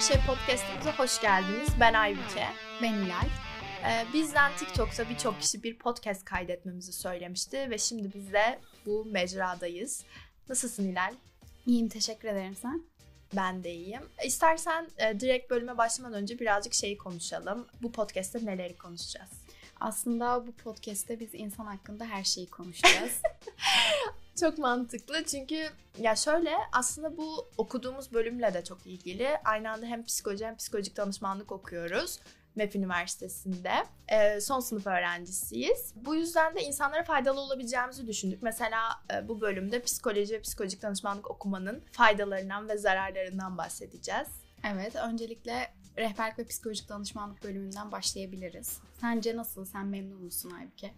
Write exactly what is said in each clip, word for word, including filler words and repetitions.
Şey Podcast'ımıza hoş geldiniz. Ben Aybüke. Ben Hilal. Ee, bizden TikTok'ta birçok kişi bir podcast kaydetmemizi söylemişti ve şimdi biz de bu mecradayız. Nasılsın Hilal? İyiyim, teşekkür ederim. Sen? Ben de iyiyim. İstersen e, direkt bölüme başlamadan önce birazcık şeyi konuşalım. Bu podcast'te neleri konuşacağız? Aslında bu podcast'te biz insan hakkında her şeyi konuşacağız. Çok mantıklı çünkü ya şöyle aslında bu okuduğumuz bölümle de çok ilgili. Aynı anda hem psikoloji hem psikolojik danışmanlık okuyoruz. M E F Üniversitesi'nde. Ee, son sınıf öğrencisiyiz. Bu yüzden de insanlara faydalı olabileceğimizi düşündük. Mesela e, bu bölümde psikoloji ve psikolojik danışmanlık okumanın faydalarından ve zararlarından bahsedeceğiz. Evet, öncelikle rehberlik ve psikolojik danışmanlık bölümünden başlayabiliriz. Sence nasıl? Sen memnun musun Aybüke?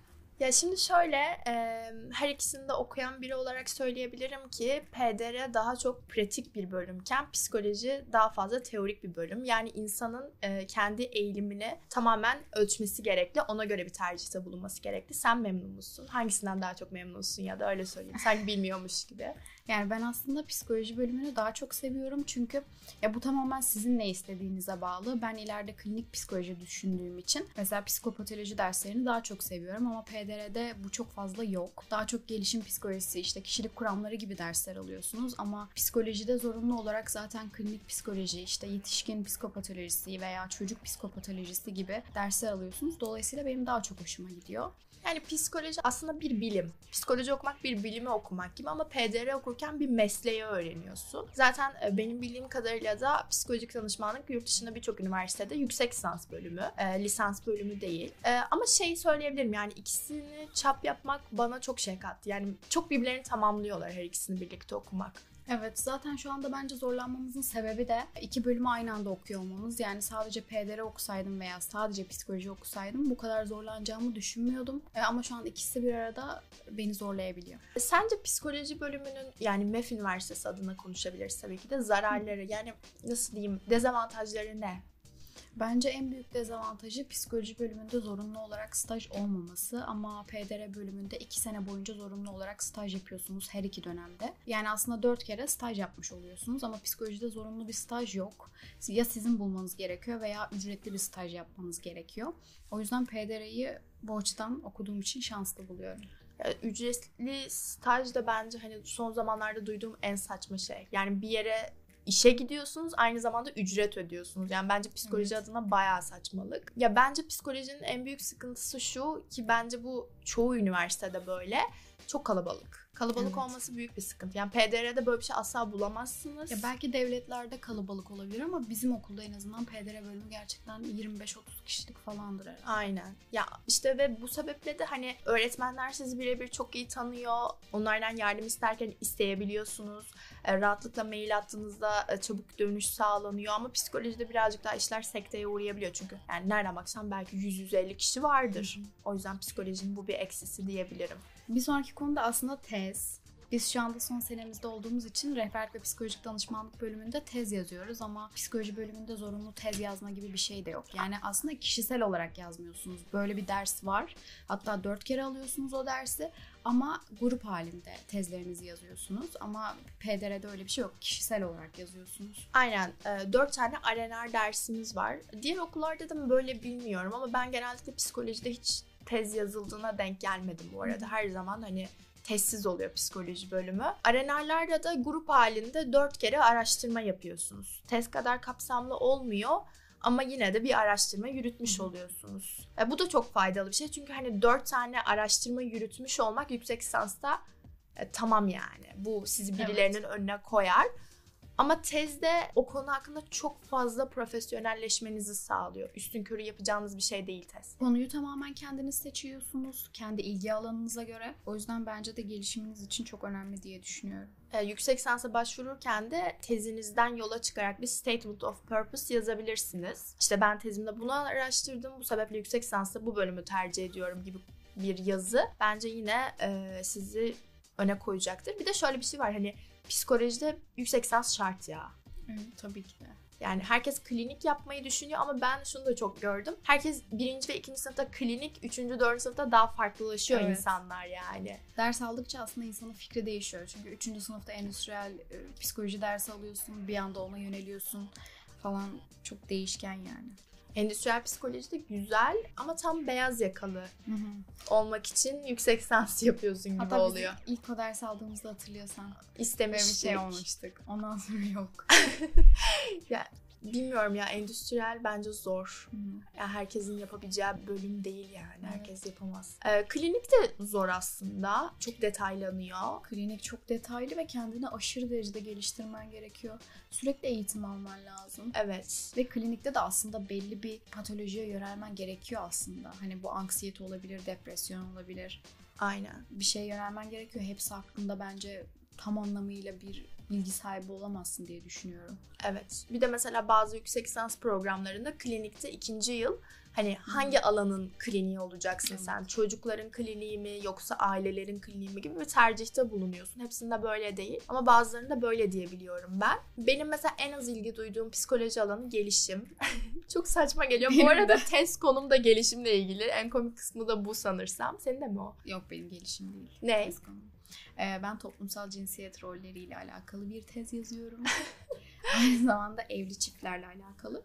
Ya şimdi şöyle, e, her ikisini de okuyan biri olarak söyleyebilirim ki P D R daha çok pratik bir bölümken psikoloji daha fazla teorik bir bölüm. Yani insanın e, kendi eğilimini tamamen ölçmesi gerekli, ona göre bir tercihte bulunması gerekli. Sen memnun musun? Hangisinden daha çok memnunsun ya da öyle söyleyeyim, sanki bilmiyormuş gibi. Yani ben aslında psikoloji bölümünü daha çok seviyorum çünkü ya bu tamamen sizin ne istediğinize bağlı. Ben ileride klinik psikoloji düşündüğüm için mesela psikopatoloji derslerini daha çok seviyorum ama P D R'de bu çok fazla yok. Daha çok gelişim psikolojisi, işte kişilik kuramları gibi dersler alıyorsunuz ama psikolojide zorunlu olarak zaten klinik psikoloji, işte yetişkin psikopatolojisi veya çocuk psikopatolojisi gibi dersler alıyorsunuz. Dolayısıyla benim daha çok hoşuma gidiyor. Yani psikoloji aslında bir bilim. Psikoloji okumak bir bilimi okumak gibi ama P D R okurken bir mesleği öğreniyorsun. Zaten benim bildiğim kadarıyla da psikolojik danışmanlık yurt dışında birçok üniversitede yüksek lisans bölümü, e, lisans bölümü değil. E, ama şey söyleyebilirim, yani ikisini çap yapmak bana çok şey kattı. Yani çok birbirlerini tamamlıyorlar her ikisini birlikte okumak. Evet, zaten şu anda bence zorlanmamızın sebebi de iki bölümü aynı anda okuyor olmamız. Yani sadece P D R okusaydım veya sadece psikoloji okusaydım bu kadar zorlanacağımı düşünmüyordum. E, ama şu an ikisi bir arada beni zorlayabiliyor. Sence psikoloji bölümünün, yani M E F Üniversitesi adına konuşabiliriz tabii ki de, zararları, yani nasıl diyeyim, dezavantajları ne? Bence en büyük dezavantajı psikoloji bölümünde zorunlu olarak staj olmaması ama P D R bölümünde iki sene boyunca zorunlu olarak staj yapıyorsunuz her iki dönemde. Yani aslında dört kere staj yapmış oluyorsunuz ama psikolojide zorunlu bir staj yok. Ya sizin bulmanız gerekiyor veya ücretli bir staj yapmanız gerekiyor. O yüzden P D R'yi bu açıdan okuduğum için şanslı buluyorum. Yani ücretli staj da bence hani son zamanlarda duyduğum en saçma şey. Yani bir yere İşe gidiyorsunuz, aynı zamanda ücret ödüyorsunuz. Yani bence psikoloji evet. adına bayağı saçmalık. Ya bence psikolojinin en büyük sıkıntısı şu ki bence bu çoğu üniversitede böyle. Çok kalabalık. Kalabalık evet. olması büyük bir sıkıntı. Yani P D R'de böyle bir şey asla bulamazsınız. Ya belki devletlerde kalabalık olabilir ama bizim okulda en azından P D R bölümü gerçekten yirmi beş otuz kişilik falandır herhalde. Aynen. Ya işte ve bu sebeple de hani öğretmenler sizi birebir çok iyi tanıyor. Onlardan yardım isterken isteyebiliyorsunuz. E, rahatlıkla mail attığınızda e, çabuk dönüş sağlanıyor ama psikolojide birazcık daha işler sekteye uğrayabiliyor çünkü. Yani nereden baksan belki yüz yüz elli kişi vardır. Hı-hı. O yüzden psikolojinin bu bir eksisi diyebilirim. Bir sonraki konu da aslında tez. Biz şu anda son senemizde olduğumuz için rehberlik ve psikolojik danışmanlık bölümünde tez yazıyoruz ama psikoloji bölümünde zorunlu tez yazma gibi bir şey de yok. Yani aslında kişisel olarak yazmıyorsunuz. Böyle bir ders var. Hatta dört kere alıyorsunuz o dersi ama grup halinde tezlerinizi yazıyorsunuz. Ama P D R'de öyle bir şey yok. Kişisel olarak yazıyorsunuz. Aynen. Dört tane R N R dersimiz var. Diğer okullarda da mı böyle bilmiyorum ama ben genellikle psikolojide hiç tez yazıldığına denk gelmedim bu arada. Her zaman hani tezsiz oluyor psikoloji bölümü. R N R'larda da grup halinde dört kere araştırma yapıyorsunuz. Tez kadar kapsamlı olmuyor ama yine de bir araştırma yürütmüş oluyorsunuz. E, bu da çok faydalı bir şey çünkü hani dört tane araştırma yürütmüş olmak yüksek lisansta e, tamam yani. Bu sizi birilerinin evet. önüne koyar. Ama tezde o konu hakkında çok fazla profesyonelleşmenizi sağlıyor. Üstünkörü yapacağınız bir şey değil tez. Konuyu tamamen kendiniz seçiyorsunuz. Kendi ilgi alanınıza göre. O yüzden bence de gelişiminiz için çok önemli diye düşünüyorum. Ee, yüksek lisansa başvururken de tezinizden yola çıkarak bir statement of purpose yazabilirsiniz. İşte ben tezimde bunu araştırdım. Bu sebeple yüksek lisansta bu bölümü tercih ediyorum gibi bir yazı. Bence yine e, sizi öne koyacaktır. Bir de şöyle bir şey var, hani psikolojide yüksek lisans şart ya. Evet, tabii ki de. Yani herkes klinik yapmayı düşünüyor ama ben şunu da çok gördüm. Herkes birinci ve ikinci sınıfta klinik, üçüncü, dördüncü sınıfta daha farklılaşıyor evet. insanlar yani. Ders aldıkça aslında insanın fikri değişiyor. Çünkü üçüncü sınıfta endüstriyel e, psikoloji dersi alıyorsun, bir anda ona yöneliyorsun. falan çok değişken yani. Endüstriyel psikoloji de güzel ama tam beyaz yakalı Hı hı. olmak için yüksek lisans yapıyorsun gibi Hatta oluyor. Hatta ilk o ders aldığımızda hatırlıyorsan. İstemiştik. Böyle bir şey olmuştuk. Ondan sonra yok. Ya bilmiyorum ya, endüstriyel bence zor. Hı. Yani herkesin yapabileceği bir bölüm değil yani. Evet. Herkes yapamaz. Ee, klinik de zor aslında. Çok detaylanıyor. Klinik çok detaylı ve kendini aşırı derecede geliştirmen gerekiyor. Sürekli eğitim alman lazım. Evet. Ve klinikte de aslında belli bir patolojiye yönelmen gerekiyor aslında. Hani bu anksiyete olabilir, depresyon olabilir. Aynen. Bir şeye yönelmen gerekiyor. Hepsi hakkında bence tam anlamıyla bir bilgi sahibi olamazsın diye düşünüyorum. Evet. Bir de mesela bazı yüksek lisans programlarında klinikte ikinci yıl hani hangi hmm. alanın kliniği olacaksın evet. sen? Çocukların kliniği mi yoksa ailelerin kliniği mi gibi bir tercihte bulunuyorsun. Hepsinde böyle değil. Ama bazılarında böyle diyebiliyorum ben. Benim mesela en az ilgi duyduğum psikoloji alanı gelişim. Çok saçma geliyor. Benim bu arada de. tez konum da gelişimle ilgili. En komik kısmı da bu sanırsam. Senin de mi o? Yok, benim gelişim değil. Ne? Tez konum. Ee, ben toplumsal cinsiyet rolleriyle alakalı bir tez yazıyorum. Aynı zamanda evli çiftlerle alakalı.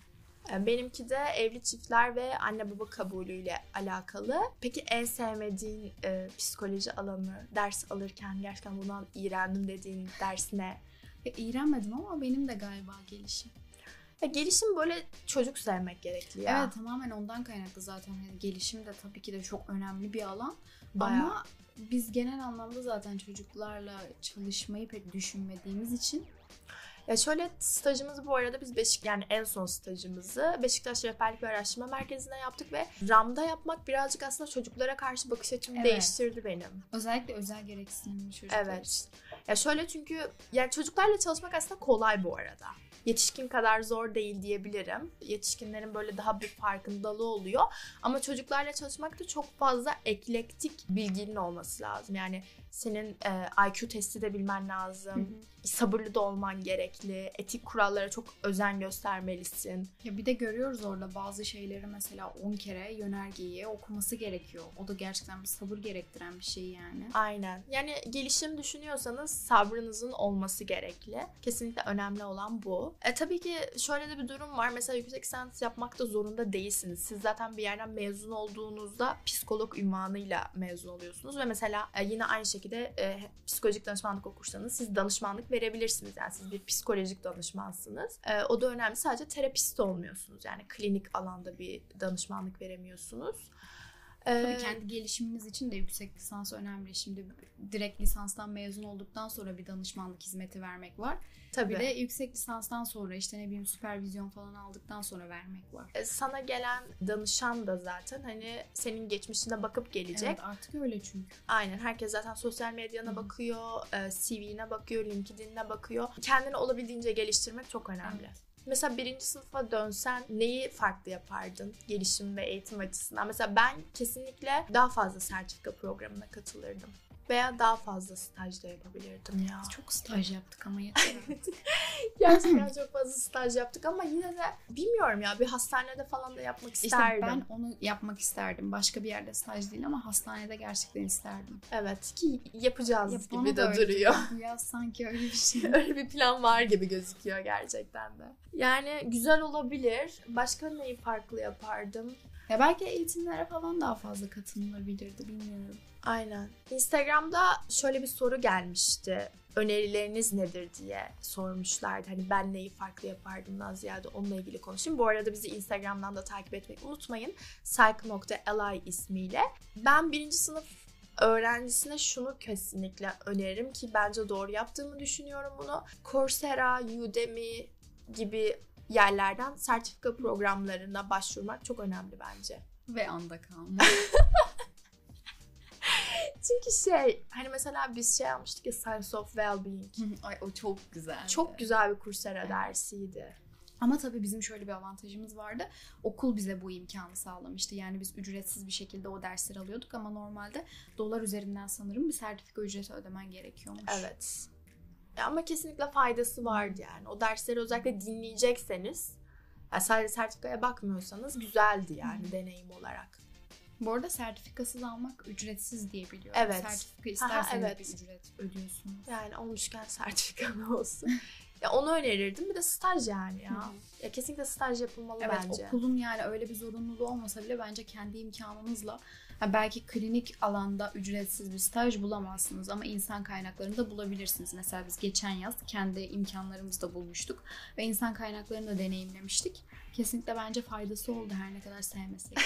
Benimki de evli çiftler ve anne baba kabulüyle alakalı. Peki en sevmediğin e, psikoloji alanı, ders alırken gerçekten bundan iğrendim dediğin ders ne? Ya, iğrenmedim ama benim de galiba gelişim. Ya, gelişim böyle çocuk sevmek gerekli ya. Evet, tamamen ondan kaynaklı zaten. Yani gelişim de tabii ki de çok önemli bir alan. Bayağı. Ama biz genel anlamda zaten çocuklarla çalışmayı pek düşünmediğimiz için. Ya şöyle, stajımızı bu arada biz Beşik yani en son stajımızı Beşiktaş Rehberlik ve Araştırma Merkezi'nde yaptık ve R A M'da yapmak birazcık aslında çocuklara karşı bakış açımı evet. değiştirdi benim. Özellikle özel gereksinimli çocuklar. Evet. Ya şöyle, çünkü yani çocuklarla çalışmak aslında kolay bu arada. Yetişkin kadar zor değil diyebilirim. Yetişkinlerin böyle daha bir farkındalığı oluyor. Ama çocuklarla çalışmak da çok fazla eklektik bilginin olması lazım. Yani senin e, I Q testi de bilmen lazım. Hı hı. Sabırlı da olman gerekli. Etik kurallara çok özen göstermelisin. Ya bir de görüyoruz orada bazı şeyleri mesela on kere yönergeyi okuması gerekiyor. O da gerçekten bir sabır gerektiren bir şey yani. Aynen. Yani gelişim düşünüyorsanız sabrınızın olması gerekli. Kesinlikle önemli olan bu. E tabii ki şöyle de bir durum var. Mesela yüksek lisans yapmakta zorunda değilsiniz. Siz zaten bir yerden mezun olduğunuzda psikolog unvanıyla mezun oluyorsunuz ve mesela e, yine aynı şekilde e, psikolojik danışmanlık okursanız siz danışmanlık verebilirsiniz. Yani siz bir psikolojik danışmansınız. E, o da önemli. Sadece terapist olmuyorsunuz. Yani klinik alanda bir danışmanlık veremiyorsunuz. Tabii kendi gelişimimiz için de yüksek lisans önemli. Şimdi direkt lisanstan mezun olduktan sonra bir danışmanlık hizmeti vermek var. Tabii. Bir de yüksek lisanstan sonra işte ne bileyim süpervizyon falan aldıktan sonra vermek var. Sana gelen danışan da zaten hani senin geçmişine bakıp gelecek. Evet, artık öyle çünkü. Aynen, herkes zaten sosyal medyana Hı. bakıyor, C V'ne bakıyor, LinkedIn'e bakıyor. Kendini olabildiğince geliştirmek çok önemli. Evet. Mesela birinci sınıfa dönsen neyi farklı yapardın gelişim ve eğitim açısından? Mesela ben kesinlikle daha fazla sertifika programına katılırdım. Veya daha fazla staj da yapabilirdim ya. Çok staj yaptık ama yeter. Gerçekten çok fazla staj yaptık ama yine de bilmiyorum ya, bir hastanede falan da yapmak isterdim. İşte ben onu yapmak isterdim. Başka bir yerde staj değil ama hastanede gerçekten isterdim. Evet ki yapacağız ya gibi de duruyor. Bu yaz sanki öyle bir şey. Öyle bir plan var gibi gözüküyor gerçekten de. Yani güzel olabilir. Başka neyi farklı yapardım? Ya belki eğitimlere falan daha fazla katılınabilirdi, bilmiyorum. Aynen. Instagram'da şöyle bir soru gelmişti. Önerileriniz nedir diye sormuşlardı. Hani ben neyi farklı yapardımdan ziyade onunla ilgili konuşayım. Bu arada bizi Instagram'dan da takip etmeyi unutmayın. psych nokta li ismiyle. Ben birinci sınıf öğrencisine şunu kesinlikle öneririm ki bence doğru yaptığımı düşünüyorum bunu. Coursera, Udemy gibi yerlerden sertifika programlarına başvurmak çok önemli bence. Ve anda kalmak. Çünkü şey, hani mesela biz şey almıştık ya, Science of Wellbeing. Ay o çok güzel. Çok güzel bir Coursera evet. dersiydi. Ama tabii bizim şöyle bir avantajımız vardı. Okul bize bu imkanı sağlamıştı. Yani biz ücretsiz bir şekilde o dersleri alıyorduk ama normalde dolar üzerinden sanırım bir sertifika ücreti ödemen gerekiyormuş. Evet. Ama kesinlikle faydası vardı yani. O dersleri özellikle dinleyecekseniz, yani sadece sertifikaya bakmıyorsanız güzeldi yani Hı. deneyim olarak. Bu arada sertifikasız almak ücretsiz diye biliyorum. Evet. Sertifika isterseniz Aha, evet. bir ücret ödüyorsunuz. Yani olmuşken sertifikalı olsun. Ya onu önerirdim. Bir de staj yani ya. Hı-hı. Ya kesinlikle staj yapılmalı evet, bence. Evet, okulun yani öyle bir zorunluluğu olmasa bile bence kendi imkanınızla, ha belki klinik alanda ücretsiz bir staj bulamazsınız ama insan kaynaklarını da bulabilirsiniz. Mesela biz geçen yaz kendi imkanlarımızla bulmuştuk ve insan kaynaklarını da deneyimlemiştik. Kesinlikle bence faydası oldu her ne kadar sevmesek de.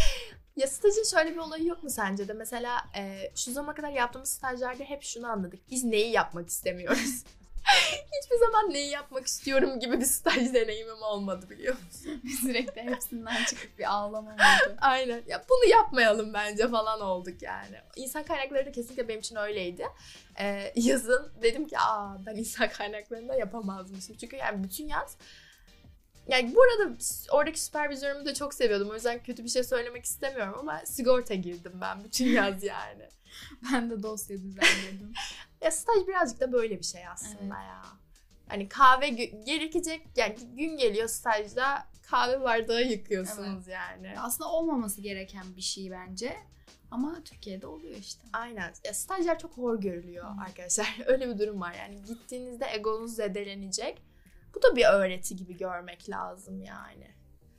Ya stajın şöyle bir olayı yok mu sence de? Mesela e, şu zamana kadar yaptığımız stajlarda hep şunu anladık. Biz neyi yapmak istemiyoruz? Hiçbir zaman neyi yapmak istiyorum gibi bir staj deneyimim olmadı, biliyor musun? Sürekli hepsinden çıkıp bir ağlama oldu. Aynen. Ya bunu yapmayalım bence falan olduk yani. İnsan kaynakları da kesinlikle benim için öyleydi. Ee, yazın dedim ki aa ben insan kaynaklarında yapamazmışım. Çünkü yani bütün yaz, yani bu arada oradaki süpervizörümü de çok seviyordum. O yüzden kötü bir şey söylemek istemiyorum ama sigorta girdim ben bütün yaz yani. Ben de dosya düzenledim. Ya staj birazcık da böyle bir şey aslında evet. ya. Hani kahve gö- gerekecek, yani gün geliyor stajda kahve bardağı yıkıyorsunuz evet. yani. Aslında olmaması gereken bir şey bence. Ama Türkiye'de oluyor işte. Aynen. Ya stajyer çok hor görülüyor hmm. arkadaşlar. Öyle bir durum var yani. Gittiğinizde egonuz zedelenecek. Bu da bir öğreti gibi görmek lazım yani.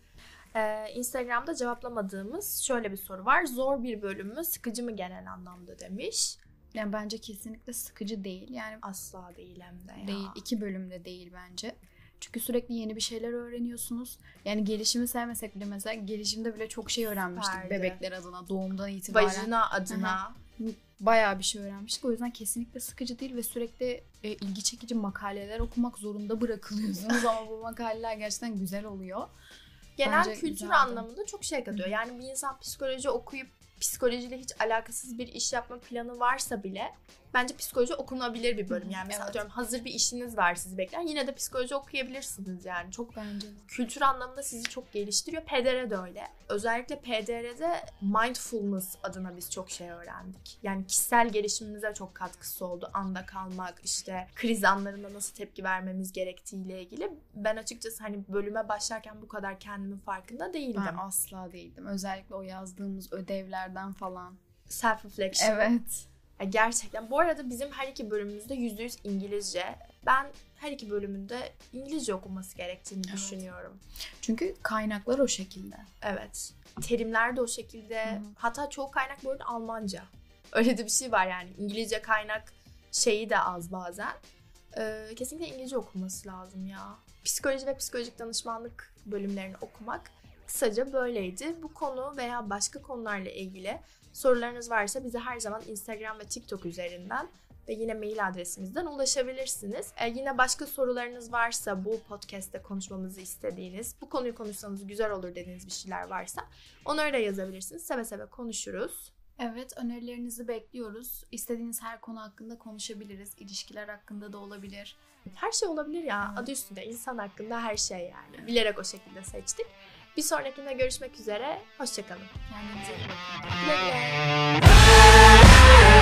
Ee, Instagram'da cevaplamadığımız şöyle bir soru var. Zor bir bölüm mü, sıkıcı mı genel anlamda demiş. Yani bence kesinlikle sıkıcı değil. Yani asla değil hem de ya. Değil. İki bölümde değil bence. Çünkü sürekli yeni bir şeyler öğreniyorsunuz. Yani gelişimi sevmesek bile mesela gelişimde bile çok şey öğrenmiştik. Süperdi. Bebekler adına, doğumdan itibaren. Vajina adına. Bayağı bir şey öğrenmiştik. O yüzden kesinlikle sıkıcı değil ve sürekli e, ilgi çekici makaleler okumak zorunda bırakılıyorsunuz. Ama bu makaleler gerçekten güzel oluyor. Genel bence kültür güzeldi. Anlamında çok şey katıyor. Hı-hı. Yani bir insan psikoloji okuyup psikolojiyle hiç alakasız bir iş yapma planı varsa bile bence psikoloji okunabilir bir bölüm. Yani mesela evet. diyorum hazır bir işiniz var sizi bekleyen, yine de psikoloji okuyabilirsiniz yani. Çok bence kültür anlamında sizi çok geliştiriyor. P D R de öyle. Özellikle P D R'de mindfulness adına biz çok şey öğrendik. Yani kişisel gelişimimize çok katkısı oldu. Anda kalmak, işte kriz anlarında nasıl tepki vermemiz gerektiğiyle ilgili. Ben açıkçası hani bölüme başlarken bu kadar kendimin farkında değildim. Ben asla değildim. Özellikle o yazdığımız ödevlerden falan. Self-reflection. Evet. Gerçekten. Bu arada bizim her iki bölümümüzde yüzde yüz İngilizce. Ben her iki bölümünde İngilizce okunması gerektiğini evet. düşünüyorum. Çünkü kaynaklar o şekilde. Evet. Terimler de o şekilde. Hı-hı. Hatta çoğu kaynak bu arada Almanca. Öyle de bir şey var yani. İngilizce kaynak şeyi de az bazen. Ee, kesinlikle İngilizce okunması lazım ya. Psikoloji ve psikolojik danışmanlık bölümlerini okumak kısaca böyleydi. Bu konu veya başka konularla ilgili sorularınız varsa bize her zaman Instagram ve TikTok üzerinden ve yine mail adresimizden ulaşabilirsiniz. Ee, yine başka sorularınız varsa, bu podcast'te konuşmamızı istediğiniz, bu konuyu konuşsanız güzel olur dediğiniz bir şeyler varsa onları da yazabilirsiniz. Seve seve konuşuruz. Evet, önerilerinizi bekliyoruz. İstediğiniz her konu hakkında konuşabiliriz. İlişkiler hakkında da olabilir. Her şey olabilir ya. Evet. Adı üstünde insan hakkında her şey yani. Evet. Bilerek o şekilde seçtik. Bir sonrakinde görüşmek üzere. Hoşça kalın. Kendinize iyi bakın. Güle güle.